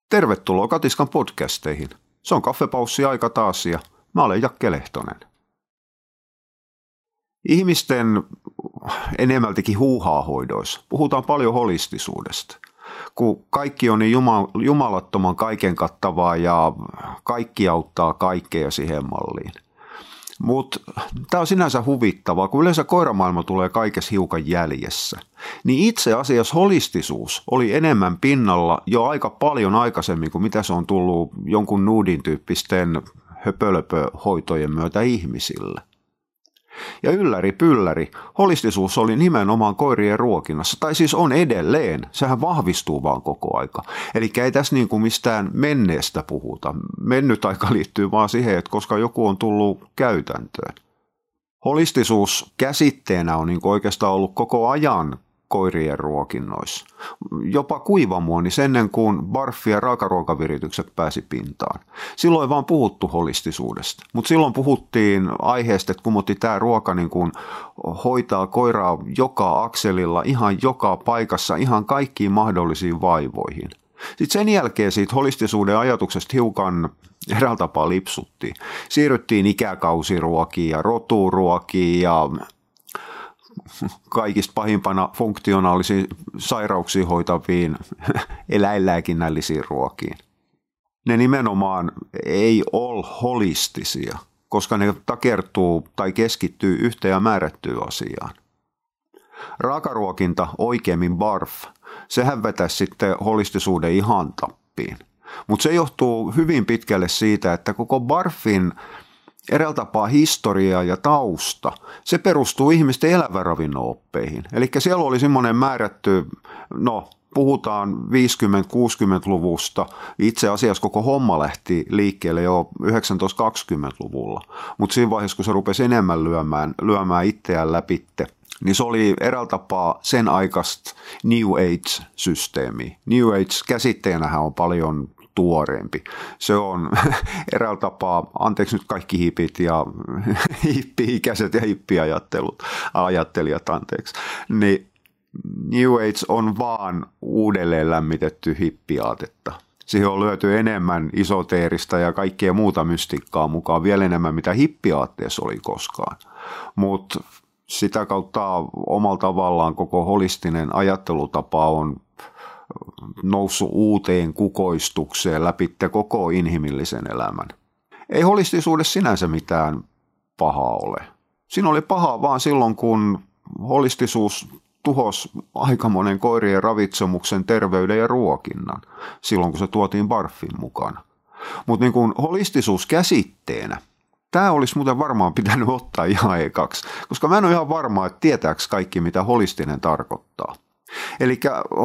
Tervetuloa Katiskan podcasteihin. Se on kaffepaussi-aika taas ja mä olen Jakke Lehtonen. Ihmisten enemmältikin huuhaa-hoidoissa puhutaan paljon holistisuudesta, kun kaikki on niin jumalattoman kaiken kattavaa ja kaikki auttaa kaikkea siihen malliin. Mutta tämä on sinänsä huvittavaa, kun yleensä koiramaailma tulee kaikessa hiukan jäljessä. Niin itse asiassa holistisuus oli enemmän pinnalla jo aika paljon aikaisemmin kuin mitä se on tullut jonkun nuudin tyyppisten höpölöpöhoitojen myötä ihmisille. Ja ylläri pylläri, holistisuus oli nimenomaan koirien ruokinnassa, tai siis on edelleen, sehän vahvistuu vaan koko aika. Eli ei tässä niin kuin mistään menneestä puhuta. Mennyt aika liittyy vaan siihen, että koska joku on tullut käytäntöön. Holistisuus käsitteenä on niin kuin oikeastaan ollut koko ajan koirien ruokinnoissa. Jopa kuivamuonissa ennen kuin barfi- ja raakaruokaviritykset pääsi pintaan. Silloin ei vaan puhuttu holistisuudesta, mutta silloin puhuttiin aiheesta, että kummotti tämä ruoka niin kuin hoitaa koiraa joka akselilla, ihan joka paikassa, ihan kaikkiin mahdollisiin vaivoihin. Sitten sen jälkeen siitä holistisuuden ajatuksesta hiukan eräällä tapaa lipsuttiin. Siirryttiin ikäkausiruokiin ja roturuokiin ja kaikista pahimpana funktionaalisiin sairauksiin hoitaviin eläinlääkinnällisiin ruokiin. Ne nimenomaan ei ole holistisia, koska ne takertuu tai keskittyy yhteen ja määrättyyn asiaan. Raakaruokinta, oikeimmin barf, sehän vetäisi sitten holistisuuden ihan tappiin. Mutta se johtuu hyvin pitkälle siitä, että koko barfin eräällä tapaa historia ja tausta, se perustuu ihmisten elävänravinno-oppeihin. Eli siellä oli semmoinen määrätty, puhutaan 50-60-luvusta, itse asiassa koko homma lähti liikkeelle jo 1920-luvulla, mutta siinä vaiheessa, kun se rupesi enemmän lyömään itseään läpitte, niin se oli eräällä tapaa sen aikaista New Age-systeemiä. New Age-käsitteenähän on paljon tuoreempi. Se on eräällä tapaa, anteeksi nyt kaikki hipit ja hippi-ikäiset ja hippiajattelijat, niin New Age on vaan uudelleen lämmitetty hippiaatetta. Siihen on löyty enemmän isoteerista ja kaikkea muuta mystiikkaa mukaan, vielä enemmän mitä hippiaatteessa oli koskaan. Mutta sitä kautta omalla tavallaan koko holistinen ajattelutapa on noussut uuteen kukoistukseen läpi koko inhimillisen elämän. Ei holistisuudessa sinänsä mitään pahaa ole. Siinä oli pahaa vaan silloin, kun holistisuus tuhosi aika monen koirien ravitsemuksen, terveyden ja ruokinnan, silloin kun se tuotiin barfin mukana. Mutta niin kuin holistisuus käsitteenä, tämä olisi muuten varmaan pitänyt ottaa ihan ekaksi, koska mä en ole ihan varma, että tietääkö kaikki, mitä holistinen tarkoittaa. Eli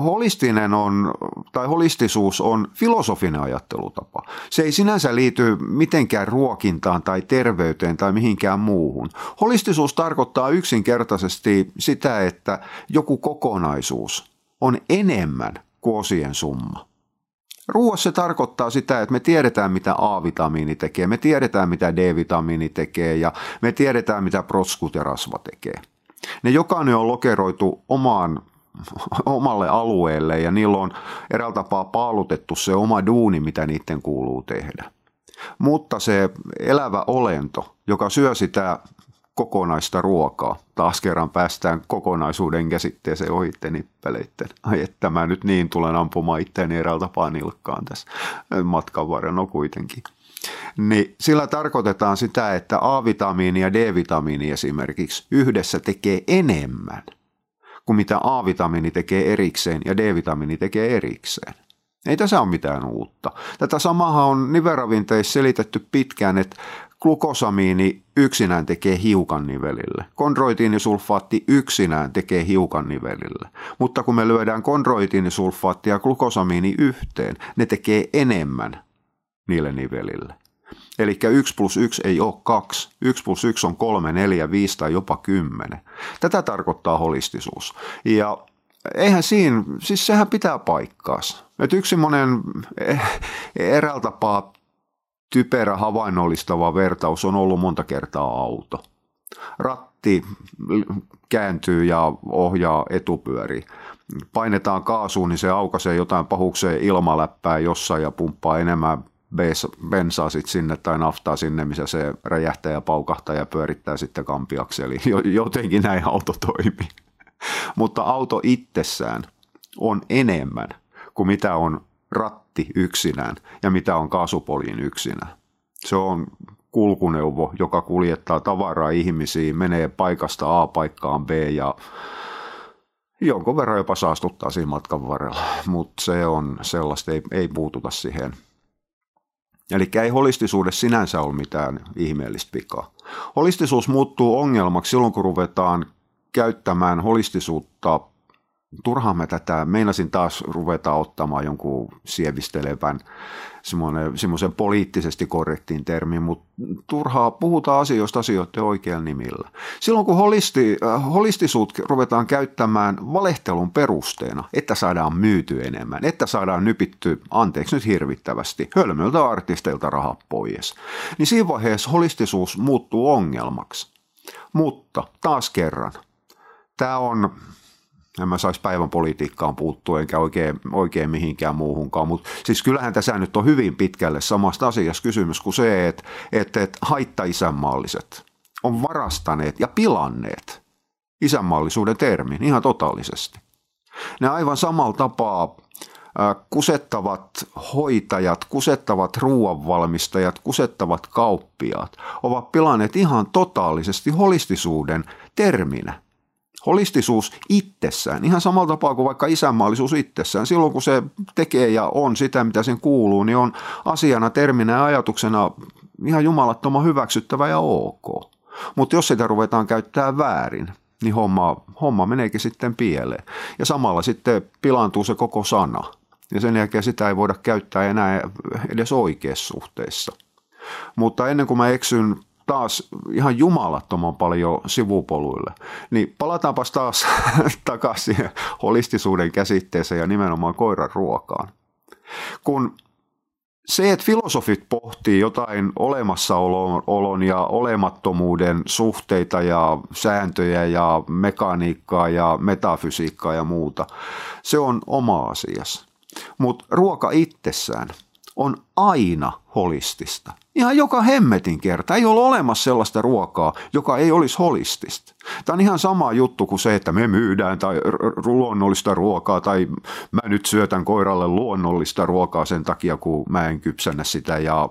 holistisuus on filosofinen ajattelutapa. Se ei sinänsä liity mitenkään ruokintaan tai terveyteen tai mihinkään muuhun. Holistisuus tarkoittaa yksinkertaisesti sitä, että joku kokonaisuus on enemmän kuin osien summa. Ruoassa se tarkoittaa sitä, että me tiedetään, mitä A-vitamiini tekee, me tiedetään, mitä D-vitamiini tekee ja me tiedetään, mitä protskut ja rasva tekee. Ne jokainen on lokeroitu omalle alueelle ja niillä on eräällä tapaa paalutettu se oma duuni, mitä niiden kuuluu tehdä. Mutta se elävä olento, joka syö sitä kokonaista ruokaa, taas kerran päästään kokonaisuuden käsitteeseen ohitte nippeleitten. Ai että mä nyt niin tulen ampumaan itseäni eräällä tapaa nilkkaan tässä matkan varrella kuitenkin. Niin sillä tarkoitetaan sitä, että A-vitamiini ja D-vitamiini esimerkiksi yhdessä tekee enemmän kuin mitä A-vitamiini tekee erikseen ja D-vitamiini tekee erikseen. Ei tässä ole mitään uutta. Tätä samahan on niveravinteissa selitetty pitkään, että glukosamiini yksinään tekee hiukan nivelille. Kondroitiinisulfaatti yksinään tekee hiukan nivelille. Mutta kun me lyödään kondroitiinisulfaatti ja glukosamiini yhteen, ne tekee enemmän niille nivelille. Eli 1+1 ei ole 2, 1+1 on 3, 4, 5 tai jopa 10. Tätä tarkoittaa holistisuus. Ja eihän siinä, siis sehän pitää paikkaansa. Että yksi semmoinen eräällä tapaa typerä havainnollistava vertaus on ollut monta kertaa auto. Ratti kääntyy ja ohjaa etupyöriin. Painetaan kaasuun, niin se aukaisee jotain pahukseen ilmaläppää jossain ja pumppaa enemmän bensaa sit sinne tai naftaa sinne, missä se räjähtää ja paukahtaa ja pyörittää sitten kampiakseli. Jotenkin näin auto toimii. Mutta auto itsessään on enemmän kuin mitä on ratti yksinään ja mitä on kaasupoljin yksinään. Se on kulkuneuvo, joka kuljettaa tavaraa ihmisiin, menee paikasta A paikkaan B ja jonkun verran jopa saastuttaa siinä matkan varrella, mutta se on sellaista, ei puututa siihen. Eli ei holistisuudessa sinänsä ole mitään ihmeellistä vikaa. Holistisuus muuttuu ongelmaksi silloin, kun ruvetaan käyttämään holistisuutta. Turhaan mä tätä, meinasin taas ruveta ottamaan jonkun sievistelevän, semmoisen poliittisesti korrektiin termin, mutta turhaa puhutaan asioista asioiden oikealla nimillä. Silloin kun holistisuutta ruvetaan käyttämään valehtelun perusteena, että saadaan myyty enemmän, että saadaan nypitty, anteeksi nyt hirvittävästi, hölmöltä artisteilta rahat pois, niin siinä vaiheessa holistisuus muuttuu ongelmaksi. Mutta taas kerran, tämä on... En mä saisi päivän politiikkaan puuttua enkä oikein mihinkään muuhunkaan, mutta siis kyllähän tässä nyt on hyvin pitkälle samasta asiasta kysymys kuin se, että haitta-isänmaalliset on varastaneet ja pilanneet isänmaallisuuden termin ihan totaalisesti. Ne aivan samalla tapaa kusettavat hoitajat, kusettavat ruoanvalmistajat, kusettavat kauppiaat ovat pilanneet ihan totaalisesti holistisuuden terminä. Holistisuus itsessään, ihan samalla tapaa kuin vaikka isänmaallisuus itsessään, silloin kun se tekee ja on sitä, mitä sen kuuluu, niin on asiana, terminä ja ajatuksena ihan jumalattoman hyväksyttävä ja ok. Mutta jos sitä ruvetaan käyttämään väärin, niin homma meneekin sitten pieleen. Ja samalla sitten pilaantuu se koko sana. Ja sen jälkeen sitä ei voida käyttää enää edes oikeassa suhteessa. Mutta ennen kuin mä eksyn taas ihan jumalattoman paljon sivupoluille, niin palataanpas taas takaisin holistisuuden käsitteeseen ja nimenomaan koiran ruokaan. Kun se, että filosofit pohtii jotain olemassaolon ja olemattomuuden suhteita ja sääntöjä ja mekaniikkaa ja metafysiikkaa ja muuta, se on oma asias. Mutta ruoka itsessään on aina holistista. Ihan joka hemmetin kerta. Ei ole olemassa sellaista ruokaa, joka ei olisi holistista. Tämä on ihan sama juttu kuin se, että me myydään tai luonnollista ruokaa tai mä nyt syötän koiralle luonnollista ruokaa sen takia, kun mä en kypsennä sitä ja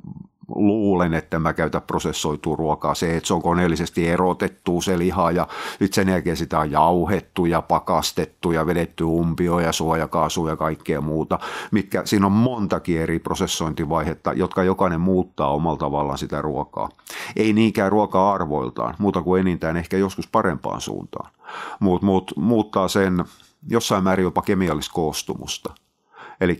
luulen, että mä käytän prosessoitua ruokaa. Se, että se on koneellisesti erotettu se liha ja nyt sen jälkeen sitä on jauhettu ja pakastettu ja vedetty umpioon ja suojakaasua ja kaikkea muuta. Siinä on montakin eri prosessointivaihetta, jotka jokainen muuttaa omalla tavallaan sitä ruokaa. Ei niinkään ruokaa arvoiltaan, muuta kuin enintään ehkä joskus parempaan suuntaan. Muuttaa sen jossain määrin jopa kemiallista koostumusta. Eli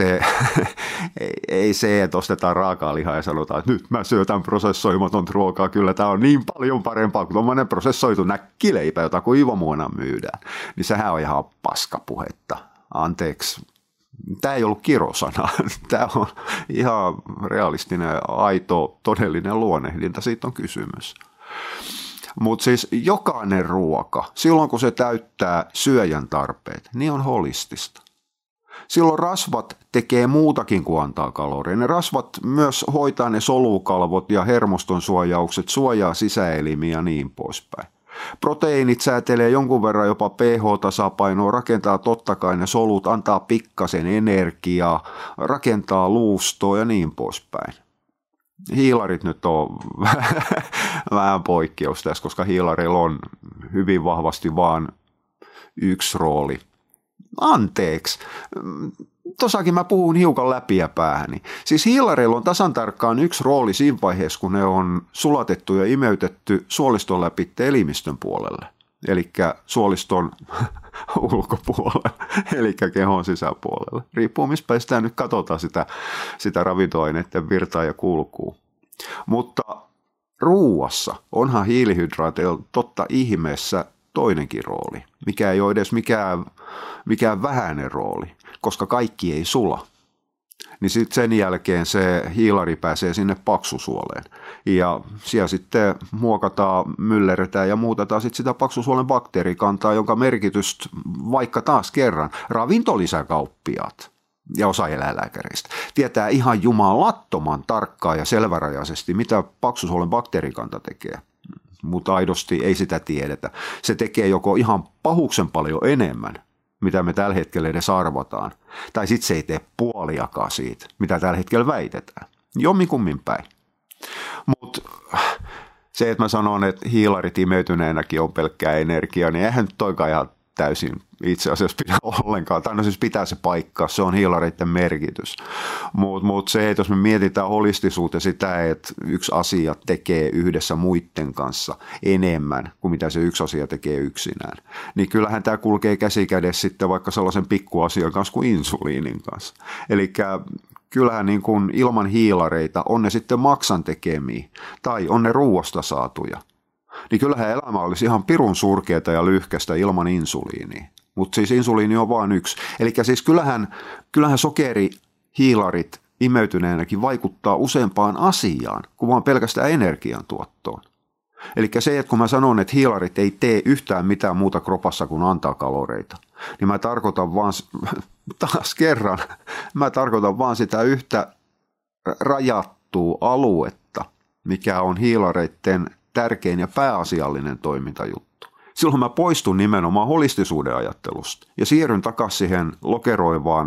ei se, että ostetaan raakaa lihaa ja sanotaan, että nyt mä syötän prosessoimatonta ruokaa, kyllä tämä on niin paljon parempaa kuin tuommoinen prosessoitu näkkileipä, jota kuivamuona myydään. Niin sehän on ihan paskapuhetta. Anteeksi, tämä ei ollut kirosana, tämä on ihan realistinen, aito, todellinen luonnehdinta, siitä on kysymys. Mutta siis jokainen ruoka, silloin kun se täyttää syöjän tarpeet, niin on holistista. Silloin rasvat tekee muutakin kuin antaa kaloreja. Ne rasvat myös hoitaa ne solukalvot ja hermoston suojaukset, suojaa sisäelimiä ja niin poispäin. Proteiinit säätelee jonkun verran jopa pH-tasapainoa, rakentaa totta kai ne solut, antaa pikkasen energiaa, rakentaa luustoa ja niin poispäin. Hiilarit nyt on vähän poikkeus tässä, koska hiilarilla on hyvin vahvasti vaan yksi rooli. Anteeksi, tossakin mä puhun hiukan läpi ja päähäni. Siis hiilareilla on tasan tarkkaan yksi rooli siinä vaiheessa, kun ne on sulatettu ja imeytetty suoliston läpi elimistön puolelle. Eli suoliston ulkopuolelle, eli kehon sisäpuolelle. Riippuu missä päin sitä nyt katsotaan sitä ravintoaineiden virtaa ja kulkuu. Mutta ruuassa onhan hiilihydraateilla totta ihmeessä toinenkin rooli, mikä ei ole edes mikään vähäinen rooli, koska kaikki ei sula. niin sitten sen jälkeen se hiilari pääsee sinne paksusuoleen. Ja siellä sitten muokataan, myllerretään ja muutetaan sitten sitä paksusuolen bakteerikantaa, jonka merkitystä vaikka taas kerran ravintolisäkauppiaat ja osa eläinlääkäreistä tietää ihan jumalattoman tarkkaan ja selvärajaisesti, mitä paksusuolen bakteerikanta tekee. Mutta aidosti ei sitä tiedetä. Se tekee joko ihan pahuksen paljon enemmän, mitä me tällä hetkellä edes arvataan, tai sitten se ei tee puoliakaan siitä, mitä tällä hetkellä väitetään. Jomminkummin päin. Mutta se, että mä sanon, että hiilarit imeytyneenäkin on pelkkää energiaa, niin eihän nyt toikaan ihan täysin itse asiassa pidä ollenkaan. Tai no siis pitää se paikkaa, se on hiilareiden merkitys. Mutta se, että jos me mietitään holistisuutta sitä, että yksi asia tekee yhdessä muiden kanssa enemmän kuin mitä se yksi asia tekee yksinään, niin kyllähän tämä kulkee käsi kädessä sitten vaikka sellaisen pikkuasian kanssa kuin insuliinin kanssa. Eli kyllähän niin kuin ilman hiilareita, on ne sitten maksan tekemiä tai on ne ruuasta saatuja, niin kyllähän elämä olisi ihan pirun surkeata ja lyhkäistä ilman insuliinia. Mutta siis insuliini on vain yksi. Eli siis kyllähän sokerihiilarit imeytyneenäkin vaikuttaa useampaan asiaan kuin vaan pelkästään energiantuottoon. Eli se, että kun mä sanon, että hiilarit ei tee yhtään mitään muuta kropassa kuin antaa kaloreita, niin mä tarkoitan vaan, taas kerran, mä tarkoitan vaan sitä yhtä rajattua aluetta, mikä on hiilareiden tärkein ja pääasiallinen toimintajuttu. Silloin mä poistun nimenomaan holistisuuden ajattelusta ja siirryn takaisin siihen lokeroivaan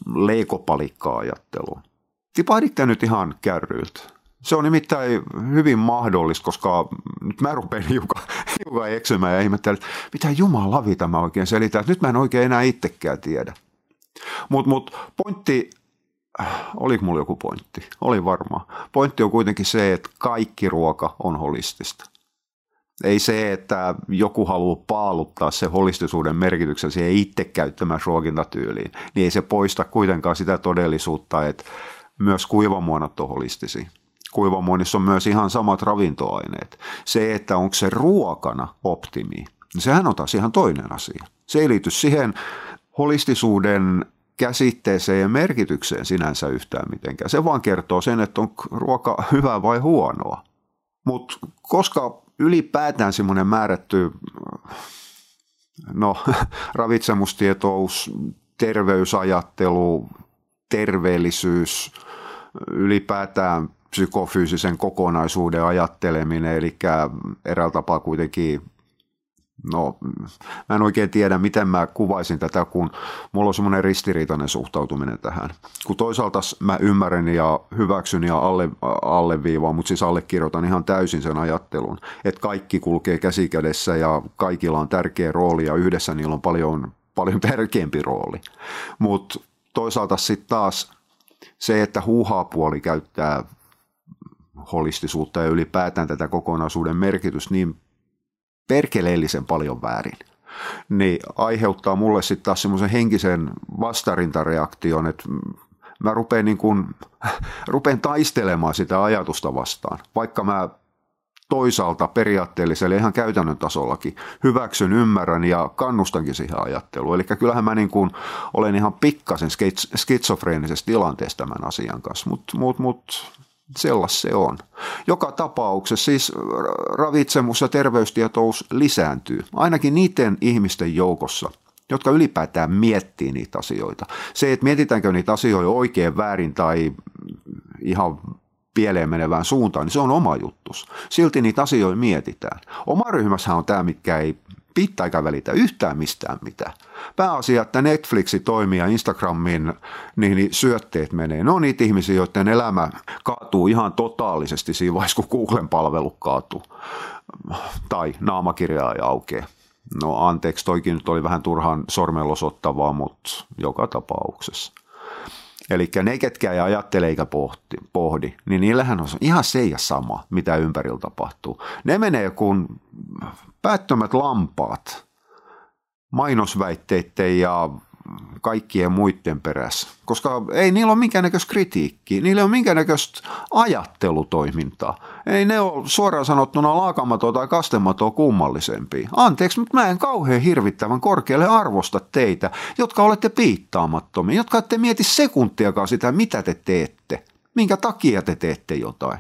leikopalikka-ajatteluun. Tipahditte nyt ihan kärryiltä. Se on nimittäin hyvin mahdollista, koska nyt mä rupean hiukan eksymään ja ihmettelen, että mitä jumalavita mä oikein selitän, että nyt mä en oikein enää itsekään tiedä. Mut pointti, oliko mulla joku pointti? Oli varmaan. Pointti on kuitenkin se, että kaikki ruoka on holistista. Ei se, että joku haluaa paaluttaa se holistisuuden merkityksen siihen itse käyttämään ruokintatyyliin, niin ei se poista kuitenkaan sitä todellisuutta, että myös kuivamuonat on holistisia. Kuivamuonissa on myös ihan samat ravintoaineet. Se, että onko se ruokana optimi, sehän on taas ihan toinen asia. Se ei liity siihen holistisuuden käsitteeseen ja merkitykseen sinänsä yhtään mitenkään. Se vaan kertoo sen, että on ruoka hyvää vai huonoa. Mutta koska ylipäätään semmoinen määrätty ravitsemustietous, terveysajattelu, terveellisyys, ylipäätään psykofyysisen kokonaisuuden ajatteleminen, eli eräällä tapaa kuitenkin, mä en oikein tiedä, miten mä kuvaisin tätä, kun mulla on semmoinen ristiriitainen suhtautuminen tähän. Kun toisaalta mä ymmärrän ja hyväksyn ja alleviivaan, mutta siis allekirjoitan ihan täysin sen ajattelun, että kaikki kulkee käsi kädessä ja kaikilla on tärkeä rooli ja yhdessä niillä on paljon tärkeämpi rooli. Mutta toisaalta sitten taas se, että huuhaa-puoli käyttää holistisuutta ja ylipäätään tätä kokonaisuuden merkitystä niin perkeleellisen paljon väärin, niin aiheuttaa mulle sitten taas semmoisen henkisen vastarintareaktion, että mä rupean taistelemaan sitä ajatusta vastaan, vaikka mä toisaalta periaatteellisella ihan käytännön tasollakin hyväksyn, ymmärrän ja kannustankin siihen ajatteluun. Eli kyllähän mä olen ihan pikkasen skitsofreenisessa tilanteessa tämän asian kanssa, mutta sellas se on. Joka tapauksessa siis ravitsemus ja terveystietous lisääntyy, ainakin niiden ihmisten joukossa, jotka ylipäätään miettii niitä asioita. Se, että mietitäänkö niitä asioita oikein, väärin tai ihan pieleen menevään suuntaan, niin se on oma juttus. Silti niitä asioita mietitään. Oma ryhmässähän on tämä, mitkä ei pitää eikä välitä yhtään mistään mitään. Pääasia, että Netflixi toimii ja Instagramin niin syötteet menee. Ne on niitä ihmisiä, joiden elämä kaatuu ihan totaalisesti siinä vaiheessa, kun Googlen palvelu kaatuu. Tai naamakirjaa ei aukea. No anteeksi, toikin nyt oli vähän turhaan sormellosottavaa, mutta joka tapauksessa. Eli ne, ketkä ei ajattele eikä pohdi, niin niillähän on ihan se ja sama, mitä ympärillä tapahtuu. Ne menee kuin päättömät lampaat mainosväitteiden ja kaikkien muiden perässä, koska ei niillä ole minkäännäköistä kritiikkiä, niillä ei ole minkäännäköistä ajattelutoimintaa. Ei ne ole suoraan sanottuna laakamaton tai kastematon kummallisempia. Anteeksi, mutta mä en kauhean hirvittävän korkealle arvosta teitä, jotka olette piittaamattomia, jotka ette mieti sekuntiakaan sitä, mitä te teette, minkä takia te teette jotain.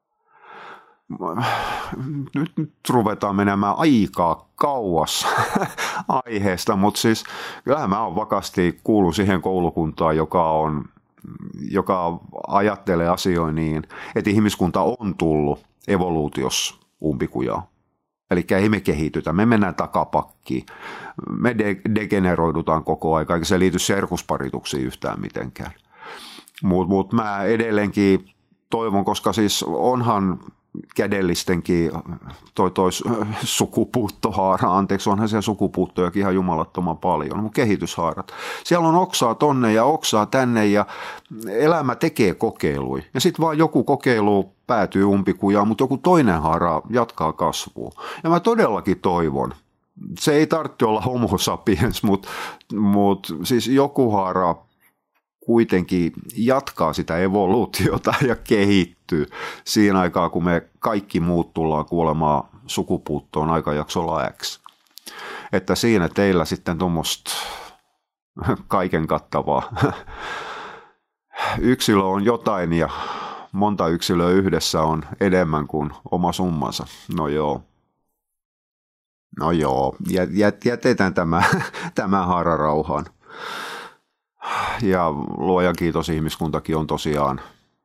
Nyt ruvetaan menemään aikaa kauas aiheesta, mutta siis kyllähän mä oon vakaasti kuullut siihen koulukuntaan, joka ajattelee asioita niin, että ihmiskunta on tullut evoluutiossa umpikujaa. Eli ei me kehitytä, me mennään takapakkiin, me degeneroidutaan koko ajan, eikä se liity serkusparituksiin yhtään mitenkään. Mutta mä edelleenkin toivon, koska siis onhan kädellistenkin toi sukupuuttohaara, anteeksi, onhan siellä sukupuuttojakin ihan jumalattoman paljon, mutta kehityshaarat. Siellä on oksaa tonne ja oksaa tänne ja elämä tekee kokeiluja. Ja sitten vaan joku kokeilu päätyy umpikujaan, mutta joku toinen haara jatkaa kasvua. Ja mä todellakin toivon, se ei tarvitse olla homo sapiens, mutta siis joku haara kuitenkin jatkaa sitä evoluutiota ja kehittyy siinä aikaa, kun me kaikki muut tullaan kuolemaan sukupuuttoon aikajaksolla X. Että siinä teillä sitten tuommoista kaiken kattavaa yksilö on jotain ja monta yksilöä yhdessä on enemmän kuin oma summansa. No joo, jätetään tämä haara rauhaan. Ja luojan kiitos, ihmiskuntakin on tosiaan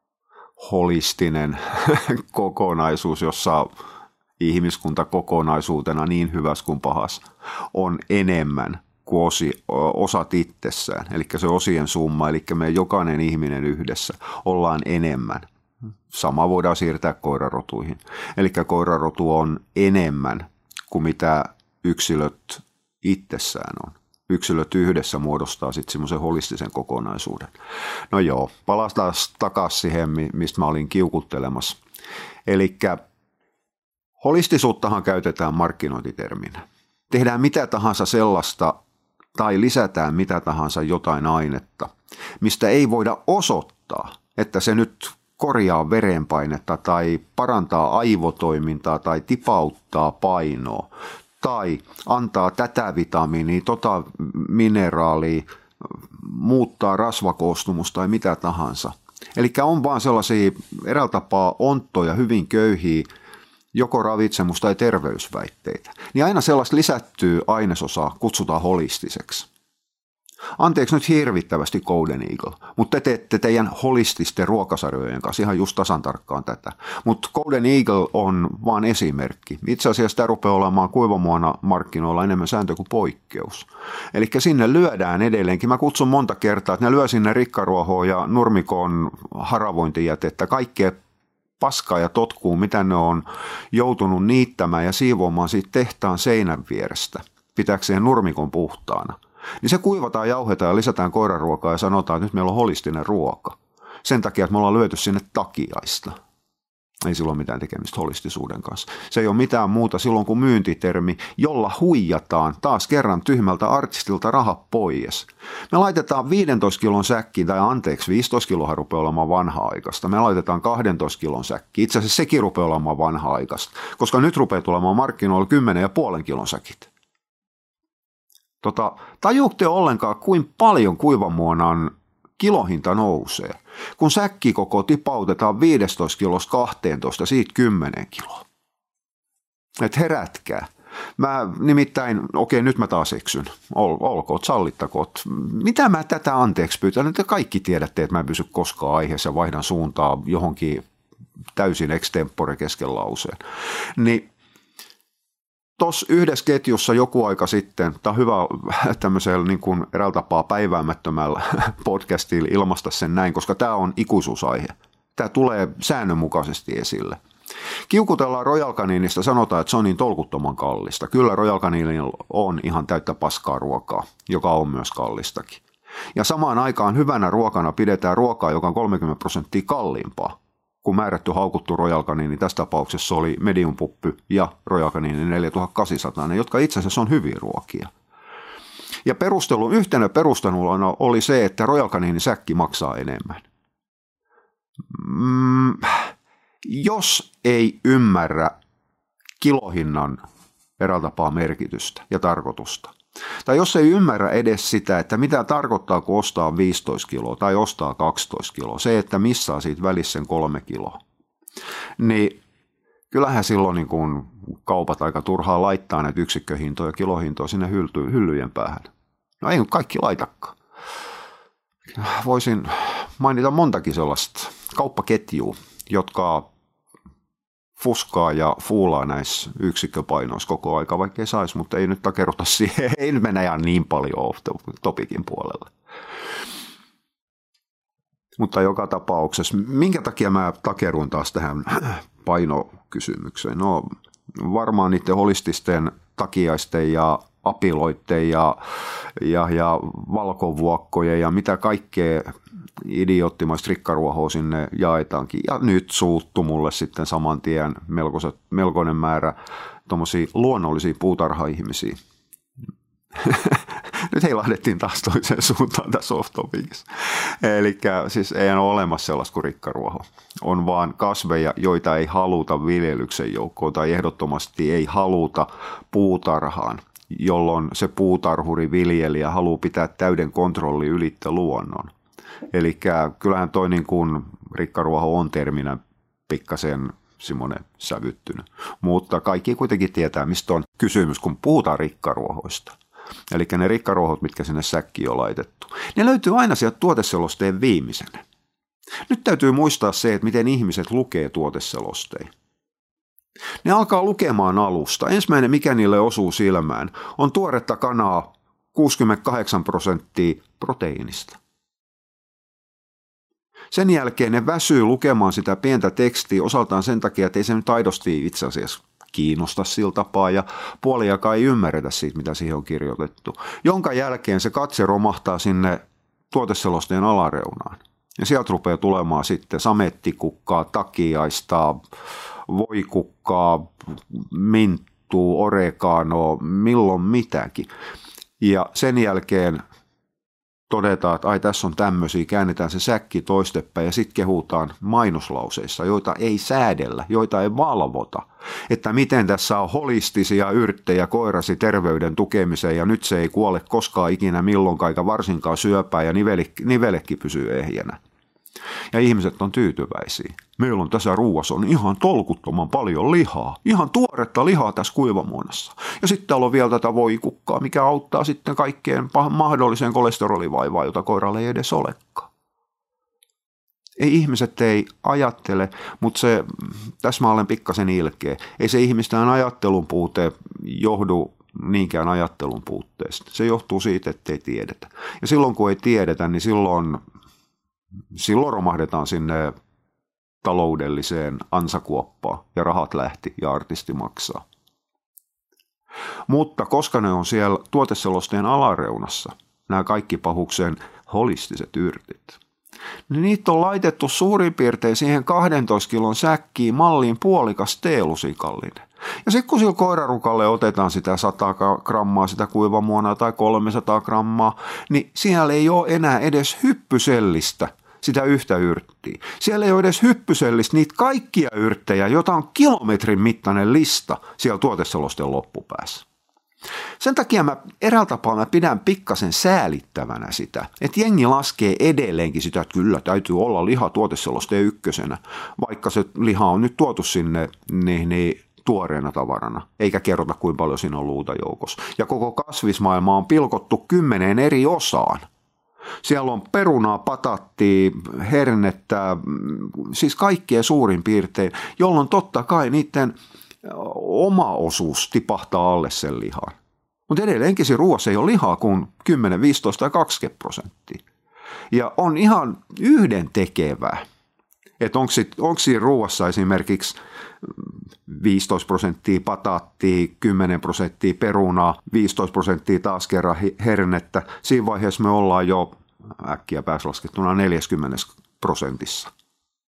holistinen kokonaisuus, jossa ihmiskunta kokonaisuutena niin hyvässä kuin pahassa on enemmän kuin osat itsessään. Eli se osien summa, eli me jokainen ihminen yhdessä ollaan enemmän. Sama voidaan siirtää koirarotuihin. Eli koirarotu on enemmän kuin mitä yksilöt itsessään on. Yksilöt yhdessä muodostaa sitten semmoisen holistisen kokonaisuuden. No joo, palataan takaisin siihen, mistä mä olin kiukuttelemassa. Eli holistisuuttahan käytetään markkinointiterminä. Tehdään mitä tahansa sellaista tai lisätään mitä tahansa jotain ainetta, mistä ei voida osoittaa, että se nyt korjaa verenpainetta tai parantaa aivotoimintaa tai tipauttaa painoa. Tai antaa tätä vitamiinia, tota mineraalia, muuttaa rasvakoostumusta tai mitä tahansa. Eli on vaan sellaisia eräällä tapaa onttoja, hyvin köyhiä, joko ravitsemus- tai terveysväitteitä. Niin aina sellaista lisättyä ainesosaa kutsutaan holistiseksi. Anteeksi nyt hirvittävästi Golden Eagle, mutta te teette teidän holististen ruokasarjojen kanssa ihan just tasan tarkkaan tätä. Mutta Golden Eagle on vaan esimerkki. Itse asiassa tämä rupeaa olemaan kuivamuona markkinoilla enemmän sääntö kuin poikkeus. Eli sinne lyödään edelleenkin. Mä kutsun monta kertaa, että ne lyö sinne rikkaruohoa ja nurmikon haravointijätettä, kaikkea paskaa ja totkuu, mitä ne on joutunut niittämään ja siivoamaan siitä tehtaan seinän vierestä, pitääkseen nurmikon puhtaana. Niin se kuivataan, jauhetaan ja lisätään koiraruokaa ja sanotaan, että nyt meillä on holistinen ruoka. Sen takia, että me ollaan lyöty sinne takiaista. Ei sillä ole mitään tekemistä holistisuuden kanssa. Se ei ole mitään muuta silloin kuin myyntitermi, jolla huijataan taas kerran tyhmältä artistilta rahat pois. Me laitetaan 15 kilon säkkiin, tai anteeksi, 15 kiloa rupeaa olemaan vanha-aikaista. Me laitetaan 12 kilon säkkiin. Itse asiassa sekin rupeaa olemaan vanha-aikaista, koska nyt rupeaa tulemaan markkinoilla 10,5 kilon säkit. Tajuutte ollenkaan, kuinka paljon kuivamuonan kilohinta nousee, kun säkkikoko tipautetaan 15 kilosta 12, siitä 10 kiloa. Et herätkää. Mä nimittäin, nyt mä taas eksyn. Olkoot, sallittakoot. Mitä mä tätä anteeksi pyytän? Te kaikki tiedätte, että mä en pysy koskaan aiheessa ja vaihdan suuntaa johonkin täysin extempore kesken lauseen. Niin tuossa yhdessä ketjussa joku aika sitten, tämä on hyvä tämmöisellä niin kuin eräällä tapaa päiväämättömällä podcastilla ilmaista sen näin, koska tämä on ikuisuusaihe. Tämä tulee säännönmukaisesti esille. Kiukutellaan Royal Caninista, sanotaan, että se on niin tolkuttoman kallista. Kyllä Royal Caninilla on ihan täyttä paskaa ruokaa, joka on myös kallistakin. Ja samaan aikaan hyvänä ruokana pidetään ruokaa, joka on 30% kalliimpaa kun määrätty haukuttu Royal Canin, niin tässä tapauksessa oli medium puppy ja Royal Canin 4800, jotka itse asiassa on hyviä ruokia. Ja yhtenä perusteluna oli se, että Royal Canin säkki maksaa enemmän. Jos ei ymmärrä kilohinnan eräällä tapaa merkitystä ja tarkoitusta, tai jos ei ymmärrä edes sitä, että mitä tarkoittaa, kun ostaa 15 kiloa tai ostaa 12 kiloa, se, että missaa siitä välissä sen 3 kiloa, niin kyllähän silloin niin kun kaupat aika turhaa laittaa näitä yksikköhintoja ja kilohintoja sinne hyllyjen päähän. No ei nyt kaikki laitakaan. Voisin mainita montakin sellaista kauppaketjua, jotka fuskaa ja fuulaa näissä yksikköpainoissa koko aika, vaikka ei saisi, mutta ei nyt takeruta siihen. Ei nyt mennä ihan niin paljon topikin puolelle. Mutta joka tapauksessa, minkä takia mä takeruin taas tähän painokysymykseen? No varmaan niiden holististen takiaisten ja apiloitten ja valkovuokkojen ja mitä kaikkea idioottimaista rikkaruohoa sinne jaetaankin. Ja nyt suuttu mulle sitten saman tien melkoinen määrä tuommoisia luonnollisia puutarha-ihmisiä. Nyt heilahdettiin taas toiseen suuntaan tässä off-topicissa. Eli siis ei ole olemassa sellaista kuin rikkaruoho. On vaan kasveja, joita ei haluta viljelyksen joukkoon tai ehdottomasti ei haluta puutarhaan, jolloin se puutarhuri viljelijä haluaa pitää täyden kontrolli ylittä luonnon. Eli kyllähän toi niin kuin rikkaruoho on terminä pikkasen semmoinen sävyttynyt. Mutta kaikki kuitenkin tietää, mistä on kysymys, kun puhutaan rikkaruohoista. Eli ne rikkaruohot, mitkä sinne säkkiin on laitettu. Ne löytyy aina sieltä tuoteselosteen viimeisenä. Nyt täytyy muistaa se, että miten ihmiset lukee tuoteselosteja. Ne alkaa lukemaan alusta. Ensimmäinen, mikä niille osuu silmään, on tuoretta kanaa 68% proteiinista. Sen jälkeen ne väsyy lukemaan sitä pientä tekstiä osaltaan sen takia, että ei se nyt aidosti itse asiassa kiinnosta sillä tapaa ja puoliakaan ei ymmärretä siitä, mitä siihen on kirjoitettu. Jonka jälkeen se katse romahtaa sinne tuoteselosteen alareunaan. Ja sieltä rupeaa tulemaan sitten samettikukkaa, takiaista, voikukkaa, minttua, oreganoa, milloin mitäkin. Ja sen jälkeen todetaan, että ai tässä on tämmöisiä, käännetään se säkki toistepäin ja sitten kehutaan mainoslauseissa, joita ei säädellä, joita ei valvota, että miten tässä on holistisia yrttejä koirasi terveyden tukemiseen ja nyt se ei kuole koskaan ikinä milloinkaan eikä varsinkaan syöpää ja nivellekin pysyy ehjänä. Ja ihmiset on tyytyväisiä. Meillä on tässä ruuassa on ihan tolkuttoman paljon lihaa. Ihan tuoretta lihaa tässä kuivamuonassa. Ja sitten täällä on vielä tätä voikukkaa, mikä auttaa sitten kaikkeen mahdolliseen kolesterolivaivaan, jota koiralle ei edes olekaan. Ihmiset ei ajattele, mutta tässä mä olen pikkasen ilkeä. Ei se ihmisten ajattelun puute johdu niinkään ajattelun puutteesta. Se johtuu siitä, että ei tiedetä. Ja silloin kun ei tiedetä, niin silloin romahdetaan sinne taloudelliseen ansakuoppaan ja rahat lähti ja artisti maksaa. Mutta koska ne on siellä tuoteselosteen alareunassa, nämä kaikki pahuksen holistiset yrtit, niin niitä on laitettu suurin piirtein siihen 12 kilon säkkiin malliin puolikas teelusikallinen. Ja sitten kun sillä koirarukalle otetaan sitä 100 grammaa sitä kuivamuonaa tai 300 grammaa, niin siellä ei ole enää edes hyppysellistä sitä yhtä yrttiä. Siellä ei ole edes hyppysellistä niitä kaikkia yrttejä, joita on kilometrin mittainen lista siellä tuoteselosteen loppupäässä. Sen takia eräällä tapaa mä pidän pikkasen säälittävänä sitä, että jengi laskee edelleenkin sitä, että kyllä täytyy olla liha tuoteselosteen ykkösenä, vaikka se liha on nyt tuotu sinne niin tuoreena tavarana, eikä kerrota kuinka paljon siinä on luuta joukossa. Ja koko kasvismaailma on pilkottu 10 eri osaan. Siellä on perunaa, patattia, hernettä, siis kaikkea suurin piirtein, jolloin totta kai niiden oma osuus tipahtaa alle sen lihan. Mutta edelleenkin siinä ruoassa ei ole lihaa kuin 10, 15 tai 20%. Ja on ihan yhdentekevää, että onko siinä ruoassa esimerkiksi 15% patattia, 10% perunaa, 15% taas kerran hernettä. Siinä vaiheessa me ollaan jo äkkiä pääslaskettuna 40%.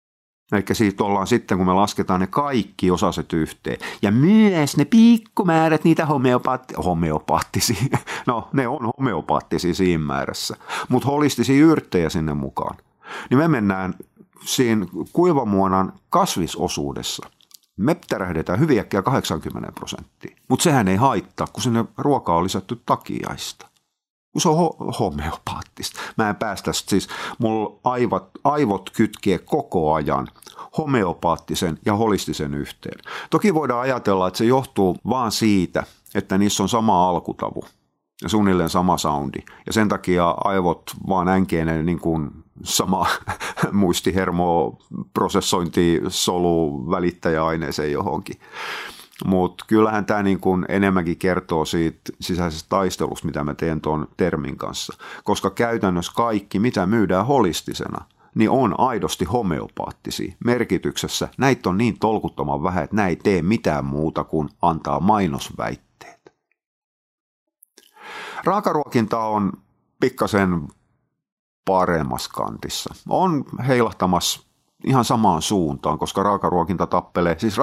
Eli siitä ollaan sitten, kun me lasketaan ne kaikki osaset yhteen. Ja myös ne pikkumäärät, niitä homeopaattisia, no ne on homeopaattisia siinä määrässä, mutta holistisia yrttejä sinne mukaan. Niin me mennään siinä kuivamuonan kasvisosuudessa. Me tärähdetään hyvin äkkiä 80%, mutta sehän ei haittaa, kun sinne ruokaa on lisätty takiaista. Kun se on homeopaattista. Mä en päästä, siis mulla aivot kytkee koko ajan homeopaattisen ja holistisen yhteen. Toki voidaan ajatella, että se johtuu vaan siitä, että niissä on sama alkutavu ja suunnilleen sama soundi. Ja sen takia aivot vaan änkeenee niin kuin sama muistihermo, prosessointi, solu, välittäjäaineeseen johonkin. Mutta kyllähän tämä niin kuin enemmänkin kertoo siitä sisäisestä taistelusta, mitä mä teen tuon termin kanssa. Koska käytännössä kaikki, mitä myydään holistisena, niin on aidosti homeopaattisia merkityksessä. Näitä on niin tolkuttoman vähän, että näin ei tee mitään muuta kuin antaa mainosväitteet. Raakaruokinta on pikkasen paremmassa kantissa. On heilahtamassa ihan samaan suuntaan, koska raakaruokinta tappelee, siis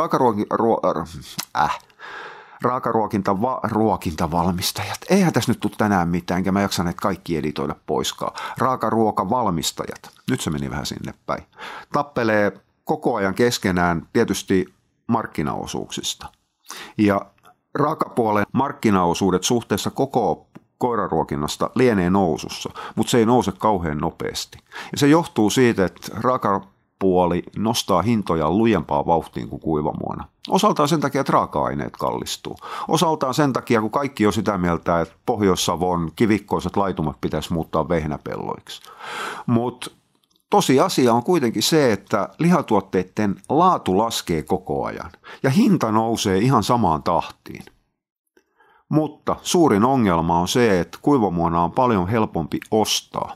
raakaruokintavalmistajat, eihän tässä nyt tule tänään mitään, enkä mä jaksa näitä kaikki editoida poiskaan. Raakaruokavalmistajat, nyt se meni vähän sinne päin, tappelee koko ajan keskenään tietysti markkinaosuuksista. Ja raakapuolen markkinaosuudet suhteessa koko koiraruokinnasta lienee nousussa, mutta se ei nouse kauhean nopeasti. Ja se johtuu siitä, että raakapuoli nostaa hintoja lujempaa vauhtiin kuin kuivamuona. Osaltaan sen takia, että raaka-aineet kallistuu. Osaltaan sen takia, kun kaikki on sitä mieltä, että Pohjois-Savon kivikkoiset laitumat pitäisi muuttaa vehnäpelloiksi. Mutta tosiasia on kuitenkin se, että lihatuotteiden laatu laskee koko ajan ja hinta nousee ihan samaan tahtiin. Mutta suurin ongelma on se, että kuivamuona on paljon helpompi ostaa.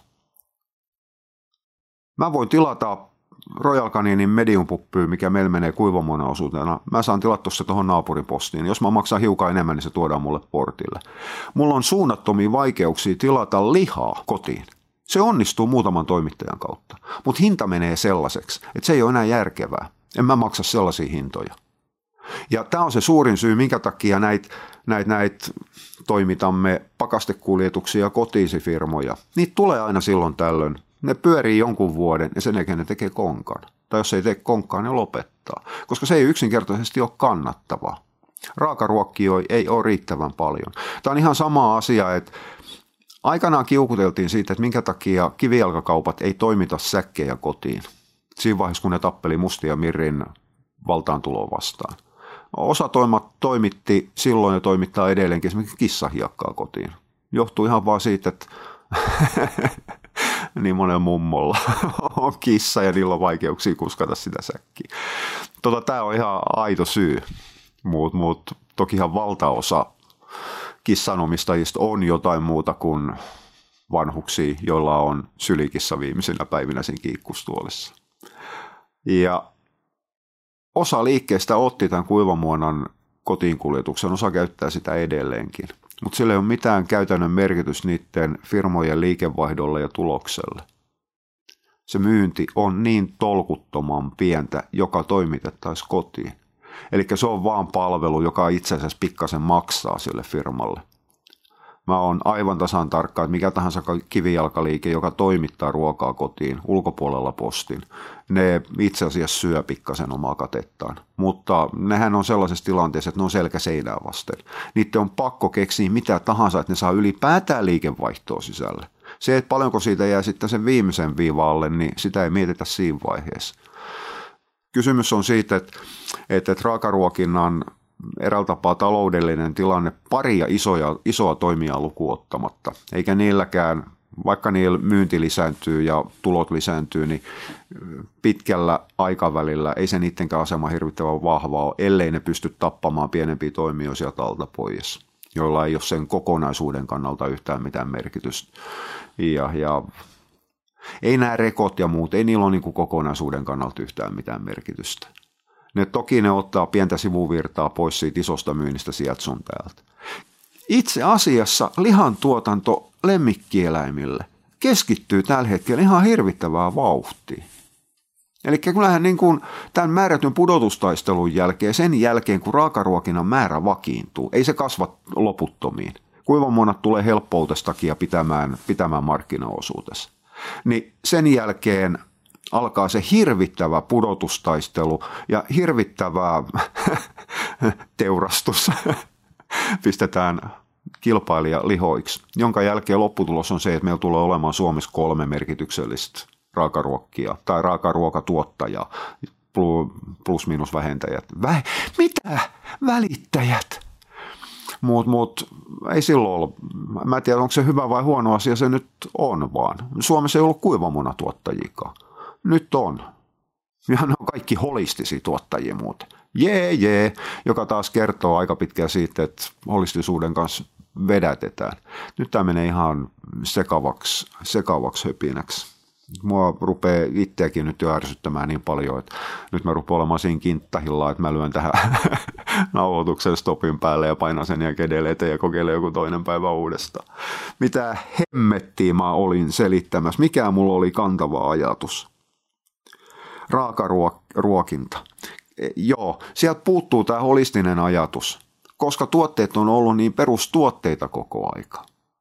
Mä voin tilata Royal Caninin medium-puppyä, mikä meillä menee kuivamuonan osuutena. Mä saan tilattua se tuohon naapurin postiin. Jos mä maksan hiukan enemmän, niin se tuodaan mulle portille. Mulla on suunnattomia vaikeuksia tilata lihaa kotiin. Se onnistuu muutaman toimittajan kautta. Mutta hinta menee sellaiseksi, että se ei ole enää järkevää. En mä maksa sellaisia hintoja. Ja tämä on se suurin syy, minkä takia näitä toimitamme pakastekuljetuksia kotiisifirmoja. Niitä tulee aina silloin tällöin. Ne pyörii jonkun vuoden ja sen jälkeen ne tekee konkan. Tai jos ei tee konkaa, ne lopettaa. Koska se ei yksinkertaisesti ole kannattavaa. Raakaruokkijoita ei ole riittävän paljon. Tämä on ihan sama asia, että aikanaan kiukuteltiin siitä, että minkä takia kivijalkakaupat ei toimita säkkejä kotiin. Siinä vaiheessa, kun ne tappeli Mustia Mirrin valtaantuloa vastaan. Osa toimitti silloin ja toimittaa edelleenkin esimerkiksi kissahiakkaa kotiin. Johtuu ihan vaan siitä, että niin monella mummolla on kissa ja niillä on vaikeuksia kuskata sitä säkkiä. Tämä on ihan aito syy, mutta tokihan valtaosa kissanomistajista on jotain muuta kuin vanhuksia, joilla on sylikissa viimeisinä päivinä siinä kiikkustuolissa. Ja osa liikkeestä otti tämän kuivamuonan kotiinkuljetuksen, osa käyttää sitä edelleenkin. Mutta sillä ei ole mitään käytännön merkitys niiden firmojen liikevaihdolle ja tulokselle. Se myynti on niin tolkuttoman pientä, joka toimitettaisiin kotiin. Eli se on vaan palvelu, joka itse asiassa pikkasen maksaa sille firmalle. Mä oon aivan tasan tarkka, että mikä tahansa kivijalkaliike, joka toimittaa ruokaa kotiin ulkopuolella postin, ne itse asiassa syö pikkasen omaa katettaan. Mutta nehän on sellaisessa tilanteessa, että ne on selkä seinää vasten. Niiden on pakko keksiä mitä tahansa, että ne saa ylipäätään liikevaihtoa sisälle. Se, että paljonko siitä jää sitten sen viimeisen viivaalle, niin sitä ei mietitä siinä vaiheessa. Kysymys on siitä, että raakaruokinnan eräällä tapaa taloudellinen tilanne paria isoa toimijaa lukuun ottamatta. Eikä niilläkään, vaikka niillä myynti lisääntyy ja tulot lisääntyy, niin pitkällä aikavälillä ei se niidenkään asema hirvittävän vahva ole, ellei ne pysty tappamaan pienempiä toimijoita sieltä alta pois, joilla ei ole sen kokonaisuuden kannalta yhtään mitään merkitystä. Ja ei nämä rekot ja muut, ei niillä ole niin kuin kokonaisuuden kannalta yhtään mitään merkitystä. Toki ne ottaa pientä sivuvirtaa pois siitä isosta myynnistä sieltä sun täältä. Itse asiassa lihantuotanto lemmikkieläimille keskittyy tällä hetkellä ihan hirvittävää vauhtia. Eli kyllähän niin kuin tämän määrätyn pudotustaistelun jälkeen, sen jälkeen kun raakaruokinnan määrä vakiintuu, ei se kasva loputtomiin. Kuivamuonat tulee helppoutesta takia pitämään markkinaosuutessa. Niin sen jälkeen alkaa se hirvittävä pudotustaistelu ja hirvittävä teurastus. Pistetään kilpailija lihoiksi, jonka jälkeen lopputulos on se, että meillä tulee olemaan Suomessa 3 merkityksellistä raakaruokkia tai raakaruokatuottajaa plus miinus vähentäjät. Mitä? Välittäjät? Mut ei silloin ollut. Mä en tiedä, onko se hyvä vai huono asia, se nyt on vaan. Suomessa ei ollut kuivamunatuottajiakaan. Nyt on. Ja ne on kaikki holistisia tuottajia muuten. Jee, joka taas kertoo aika pitkään siitä, että holistisuuden kanssa vedätetään. Nyt tämä menee ihan sekavaksi höpinäksi. Mua rupeaa itseäkin nyt jo ärsyttämään niin paljon, että nyt mä rupean olemaan siinä kinttahilla, että mä lyön tähän nauhoituksen stopin päälle ja painan sen jälkeen edelleen ja kokeilen joku toinen päivä uudestaan. Mitä hemmettiä mä olin selittämässä, mikä mulla oli kantava ajatus? Raakaruokinta. Joo, sieltä puuttuu tämä holistinen ajatus, koska tuotteet on ollut niin perustuotteita koko aika.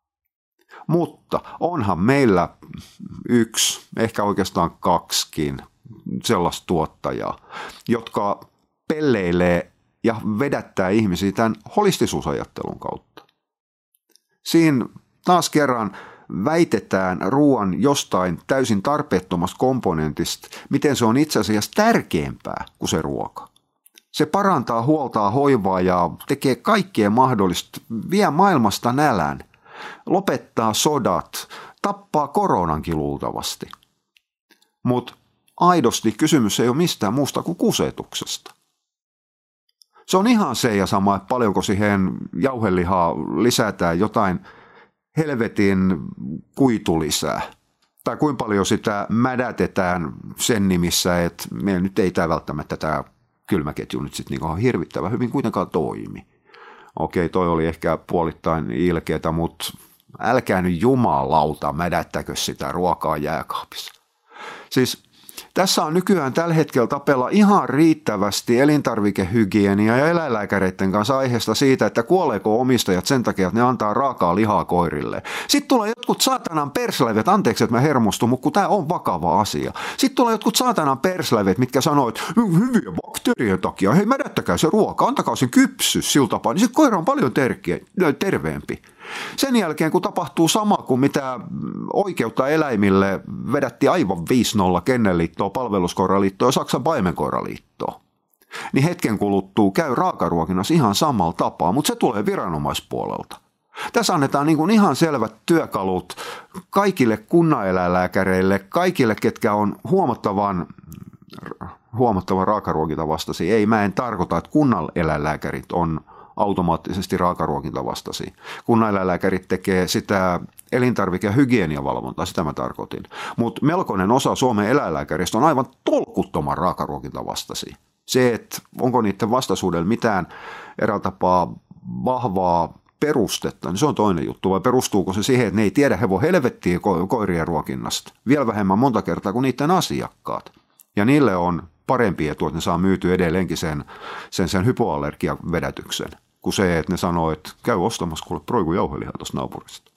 Mutta onhan meillä 1, ehkä oikeastaan 2 sellaista tuottajaa, jotka pelleilee ja vedättää ihmisiä tämän holistisuusajattelun kautta. Siinä taas kerran väitetään ruoan jostain täysin tarpeettomasta komponentista, miten se on itse asiassa tärkeämpää kuin se ruoka. Se parantaa, huoltaa, hoivaa ja tekee kaikkea mahdollista, vie maailmasta nälän, lopettaa sodat, tappaa koronankin luultavasti. Mutta aidosti kysymys ei ole mistään muusta kuin kusetuksesta. Se on ihan se ja sama, että paljonko siihen jauhelihaa lisätään jotain helvetin kuitulisää. Tai kuinka paljon sitä mädätetään sen nimissä, että meillä nyt ei tämä välttämättä tämä kylmäketju nyt sitten niin hirvittävän hyvin kuitenkaan toimi. Okei, toi oli ehkä puolittain ilkeätä, mutta älkää nyt jumalauta mädättäkö sitä ruokaa jääkaapissa. Siis tässä on nykyään tällä hetkellä tapella ihan riittävästi elintarvikehygienia ja eläinlääkäreiden kanssa aiheesta siitä, että kuoleeko omistajat sen takia, että ne antaa raakaa lihaa koirille. Sitten tulee jotkut saatanan persläivet, anteeksi, että mä hermostun, mutta kun tämä on vakava asia. Sitten tulee jotkut saatanan persläivet, mitkä sanoo, että hyviä bakteerien takia, hei mädättäkää se ruoka, antakaa sen kypsy sillä tapaa, niin sitten koira on paljon terveempi. Sen jälkeen, kun tapahtuu sama kuin mitä oikeutta eläimille vedätti aivan 5-0 Kennelliittoa, Palveluskoiraliittoa ja Saksan paimenkoiraliittoa, niin hetken kuluttua käy raakaruokinnassa ihan samalla tapaa, mutta se tulee viranomaispuolelta. Tässä annetaan niin kuin ihan selvät työkalut kaikille kunnaneläinlääkäreille, kaikille, ketkä on huomattavan raakaruokintavastaisia. Ei, mä en tarkoita, että kunnaneläinlääkärit on automaattisesti raakaruokintavastaisia. Kunnaneläinlääkärit tekee sitä elintarvike- ja hygieniavalvontaa, sitä mä tarkoitin. Mutta melkoinen osa Suomen eläinlääkäristä on aivan tolkuttoman raakaruokintavastaisia. Se, että onko niiden vastaisuudella mitään eräällä tapaa vahvaa perustetta, niin se on toinen juttu. Vai perustuuko se siihen, että ne ei tiedä hevon helvettiä koirien ruokinnasta? Vielä vähemmän monta kertaa kuin niiden asiakkaat. Ja niille on parempi etu, että ne saa myytyä edelleenkin sen hypoallergiavedätyksen, kuin se, että ne sanoo, että käy ostamassa kuule proikujauhelihaa tuosta naapurista.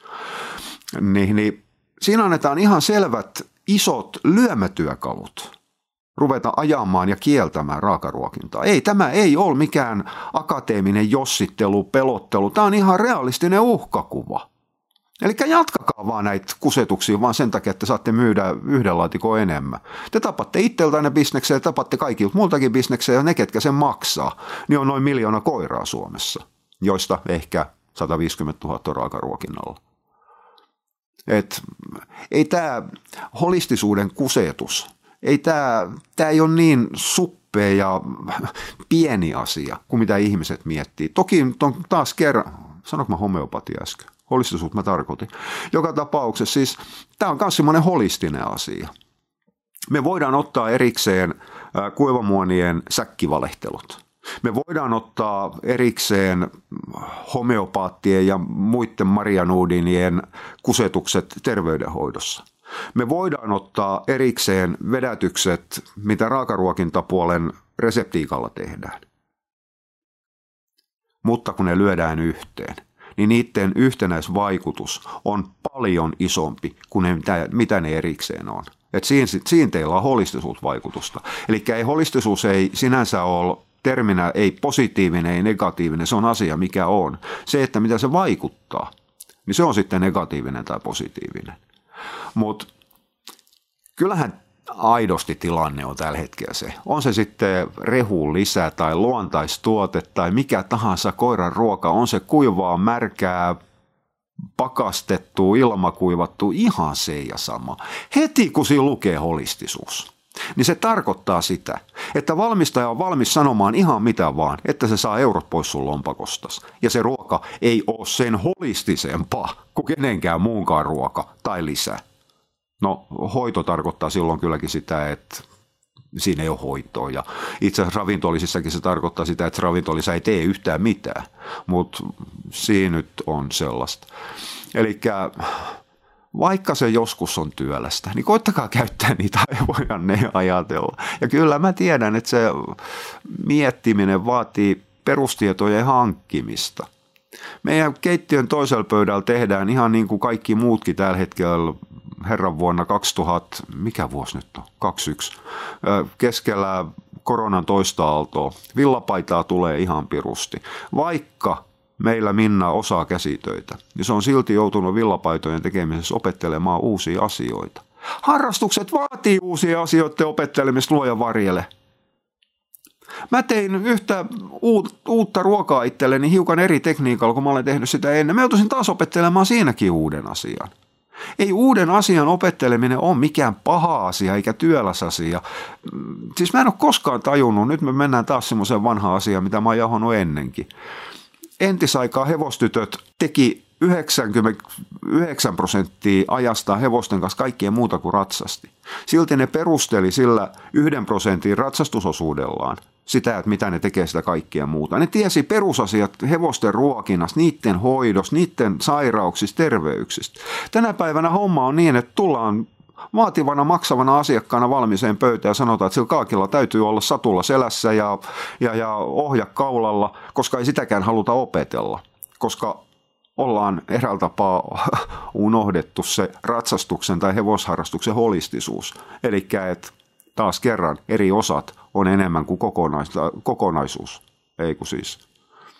Niin, siinä annetaan ihan selvät isot lyömätyökalut ruveta ajamaan ja kieltämään raakaruokintaa. Tämä ei ole mikään akateeminen jossittelu, pelottelu. Tämä on ihan realistinen uhkakuva. Eli jatkakaa vaan näitä kusetuksia vaan sen takia, että saatte myydä 1 laatikon enemmän. Te tapatte itseltään ne bisnekseen ja tapatte kaikilta muiltakin bisnekseen ja ne, ketkä sen maksaa, niin on noin 1 miljoona koiraa Suomessa, joista ehkä 150 000 on raakaruokinnalla. Ei tämä holistisuuden kusetus, tämä ei ole niin suppea ja pieni asia kuin mitä ihmiset miettii. Toki on taas kerran, sanoinko mä homeopatia äsken? Holistisuus mä tarkoitin. Joka tapauksessa siis tämä on myös semmoinen holistinen asia. Me voidaan ottaa erikseen kuivamuonien säkkivalehtelut. Me voidaan ottaa erikseen homeopaattien ja muiden marianuudinien kusetukset terveydenhoidossa. Me voidaan ottaa erikseen vedätykset, mitä raakaruokintapuolen reseptiikalla tehdään. Mutta kun ne lyödään yhteen, niin niiden yhtenäisvaikutus on paljon isompi kuin mitä ne erikseen on. Et siinä teillä on holistisuusvaikutusta. Eli holistisuus ei sinänsä ole terminä ei positiivinen, ei negatiivinen, se on asia mikä on. Se, että mitä se vaikuttaa, niin se on sitten negatiivinen tai positiivinen. Mutta kyllähän aidosti tilanne on tällä hetkellä se. On se sitten rehun lisä tai luontaistuote tai mikä tahansa koiran ruoka, on se kuivaa, märkää, pakastettu, ilmakuivattu, ihan se ja sama. Heti kun siinä lukee holistisuus, niin se tarkoittaa sitä, että valmistaja on valmis sanomaan ihan mitä vaan, että se saa eurot pois sun lompakostas. Ja se ruoka ei ole sen holistisempaa kuin kenenkään muunkaan ruoka tai lisä. No hoito tarkoittaa silloin kylläkin sitä, että siinä ei ole hoitoa. Ja itse asiassa ravintolisissakin se tarkoittaa sitä, että ravintolisä ei tee yhtään mitään, mutta siinä nyt on sellaista. Eli vaikka se joskus on työlästä, niin koittakaa käyttää niitä aivojanne ajatella. Ja kyllä mä tiedän, että se miettiminen vaatii perustietojen hankkimista. Meidän keittiön toisella pöydällä tehdään ihan niin kuin kaikki muutkin tällä hetkellä herran vuonna 2000, mikä vuosi nyt on, 21, keskellä koronan toista aaltoa. Villapaitaa tulee ihan pirusti. Vaikka meillä Minna osaa käsitöitä, niin se on silti joutunut villapaitojen tekemisessä opettelemaan uusia asioita. Harrastukset vaatii uusia asioiden opettelemista luojan varjelle. Mä tein yhtä uutta ruokaa itselleni hiukan eri tekniikalla, kun mä olen tehnyt sitä ennen. Mä joutuisin taas opettelemaan siinäkin uuden asian. Ei uuden asian opetteleminen ole mikään paha asia eikä työläs asia. Siis mä en ole koskaan tajunnut, nyt me mennään taas semmoiseen vanhaan asiaan, mitä mä oon jahonnut ennenkin. Entisaikaa hevostytöt teki 99% ajastaan hevosten kanssa kaikkea muuta kuin ratsasti. Silti ne perusteli sillä 1% ratsastusosuudellaan sitä, että mitä ne tekee sitä kaikkea muuta. Ne tiesi perusasiat hevosten ruokinnasta, niiden hoidosta, niiden sairauksista, terveyksistä. Tänä päivänä homma on niin, että tullaan vaativana, maksavana asiakkaana valmiiseen pöytään ja sanotaan, että sillä kaakilla täytyy olla satulla selässä ja ohja kaulalla, koska ei sitäkään haluta opetella, koska ollaan eräällä tapaa unohdettu se ratsastuksen tai hevosharrastuksen holistisuus. Eli että taas kerran eri osat on enemmän kuin kokonaisuus, ei kun siis.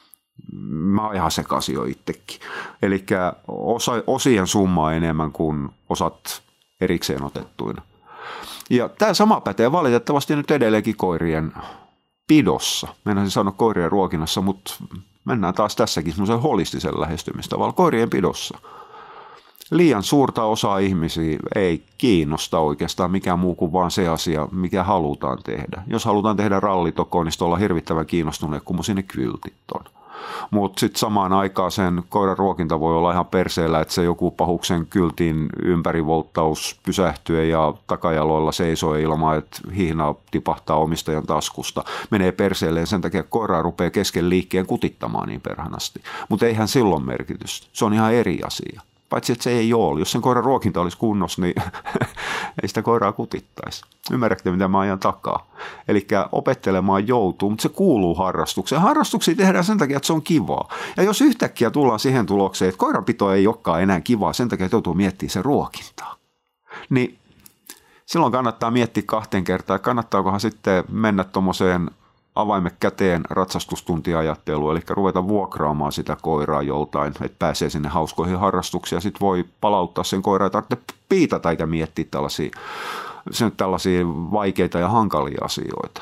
Mä oon ihan sekaisin jo itsekin. Eli osien summa on enemmän kuin osat erikseen otettuina. Ja tämä sama pätee valitettavasti nyt edelleenkin koirien pidossa. Mennään sanoa koirien ruokinnassa, mutta mennään taas tässäkin semmoisen holistisen lähestymistavalla koirien pidossa. Liian suurta osaa ihmisiä ei kiinnosta oikeastaan mikään muu kuin vaan se asia, mikä halutaan tehdä. Jos halutaan tehdä rallitokoa, niin ollaan hirvittävän kiinnostuneet, kun sinne kyltit on. Mutta sitten samaan aikaan sen koiran ruokinta voi olla ihan perseellä, että se joku pahuksen kyltin ympärivolttaus pysähtyy ja takajaloilla seisoo ilman, että hihna tipahtaa omistajan taskusta. Menee perseelleen sen takia, että koira rupeaa kesken liikkeen kutittamaan niin perhanasti. Mutta eihän silloin merkitystä. Se on ihan eri asia. Paitsi, että se ei ole. Jos sen koiran ruokinta olisi kunnossa, niin ei sitä koiraa kutittaisi. Ymmärrätte, mitä mä ajan takaa? Eli opettelemaan joutuu, mutta se kuuluu harrastukseen. Harrastuksia tehdään sen takia, että se on kivaa. Ja jos yhtäkkiä tullaan siihen tulokseen, että koiranpito ei olekaan enää kivaa sen takia, että joutuu miettimään sen ruokintaa, niin silloin kannattaa miettiä 2 kertaa, kannattaakohan sitten mennä tuommoiseen avaimet käteen ratsastustuntiajatteluun, eli ruveta vuokraamaan sitä koiraa joltain, että pääsee sinne hauskoihin harrastuksiin ja sitten voi palauttaa sen koiraa, ei tarvitse piitata eikä miettiä tällaisia vaikeita ja hankalia asioita.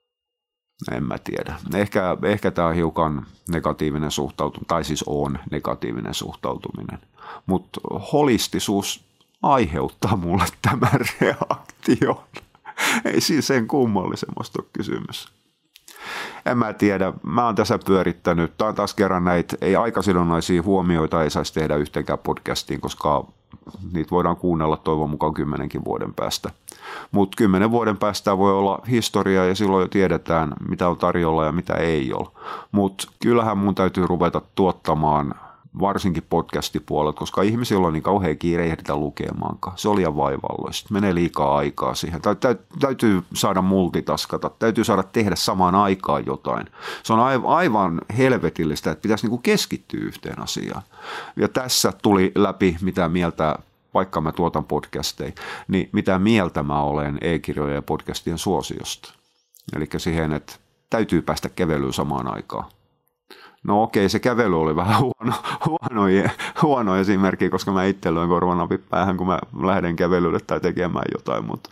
En mä tiedä. Ehkä tämä on hiukan negatiivinen suhtautuminen, tai siis on negatiivinen suhtautuminen, mutta holistisuus aiheuttaa mulle tämän reaktion. Ei siis sen kummallisemmasta ole kysymys. En mä tiedä. Mä oon tässä pyörittänyt. Tää on taas kerran näitä aikasidonnaisia huomioita ei saisi tehdä yhteenkään podcastiin, koska niitä voidaan kuunnella toivon mukaan 10 vuoden päästä. Mutta 10 vuoden päästä voi olla historia ja silloin jo tiedetään, mitä on tarjolla ja mitä ei ole. Mutta kyllähän mun täytyy ruveta tuottamaan varsinkin podcastipuolelta, koska ihmisillä on niin kauhean kiire ehditä lukemaankaan. Se on liian vaivalloista. Menee liikaa aikaa siihen. Täytyy saada multitaskata. Täytyy saada tehdä samaan aikaan jotain. Se on aivan helvetillistä, että pitäisi niin kuin keskittyä yhteen asiaan. Ja tässä tuli läpi, mitä mieltä, vaikka mä tuotan podcasteja, niin mitä mieltä mä olen e-kirjojen ja podcastien suosiosta. Eli siihen, että täytyy päästä kävelyyn samaan aikaan. No okei, se kävely oli vähän huono esimerkki, koska mä itse löin korvanapit päähän, kun mä lähden kävelylle tai tekemään jotain, mutta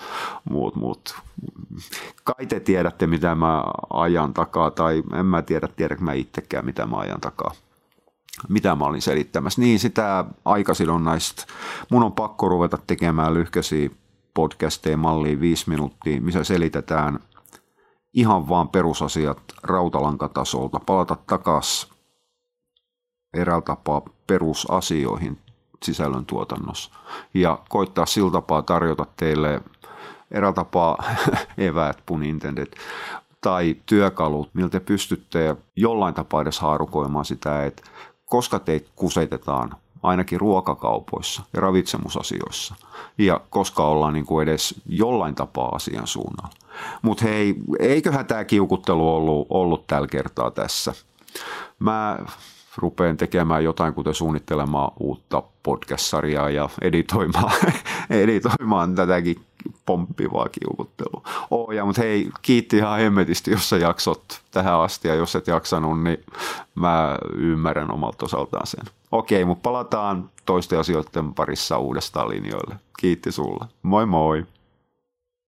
kai te tiedätte, mitä mä ajan takaa, tai en mä tiedäkö mä itsekään, mitä mä ajan takaa. Mitä mä olin selittämässä. Niin, sitä aikasidonnaista. Mun on pakko ruveta tekemään lyhkäisiä podcasteja malliin 5 minuuttia, missä selitetään ihan vaan perusasiat rautalankatasolta, palata takaisin eräällä tapaa perusasioihin sisällöntuotannossa ja koittaa sillä tapaa tarjota teille eräällä tapaa eväät, pun intended, tai työkalut, millä te pystytte jollain tapaa edes haarukoimaan sitä, että koska teitä kusetetaan ainakin ruokakaupoissa ja ravitsemusasioissa, ja koska ollaan niin kuin edes jollain tapaa asian suunnalla. Mutta hei, eiköhän tämä kiukuttelu ollut tällä kertaa tässä. Mä rupean tekemään jotain, kuten suunnittelemaan uutta podcast-sarjaa ja editoimaan tätäkin pomppivaa kiukuttelua. Mutta hei, kiitti ihan hemmetisti, jos sä jaksot tähän asti, ja jos et jaksanut, niin mä ymmärrän omalta osaltaan sen. Okei, mutta palataan toisten asioiden parissa uudestaan linjoille. Kiitti sulle. Moi moi!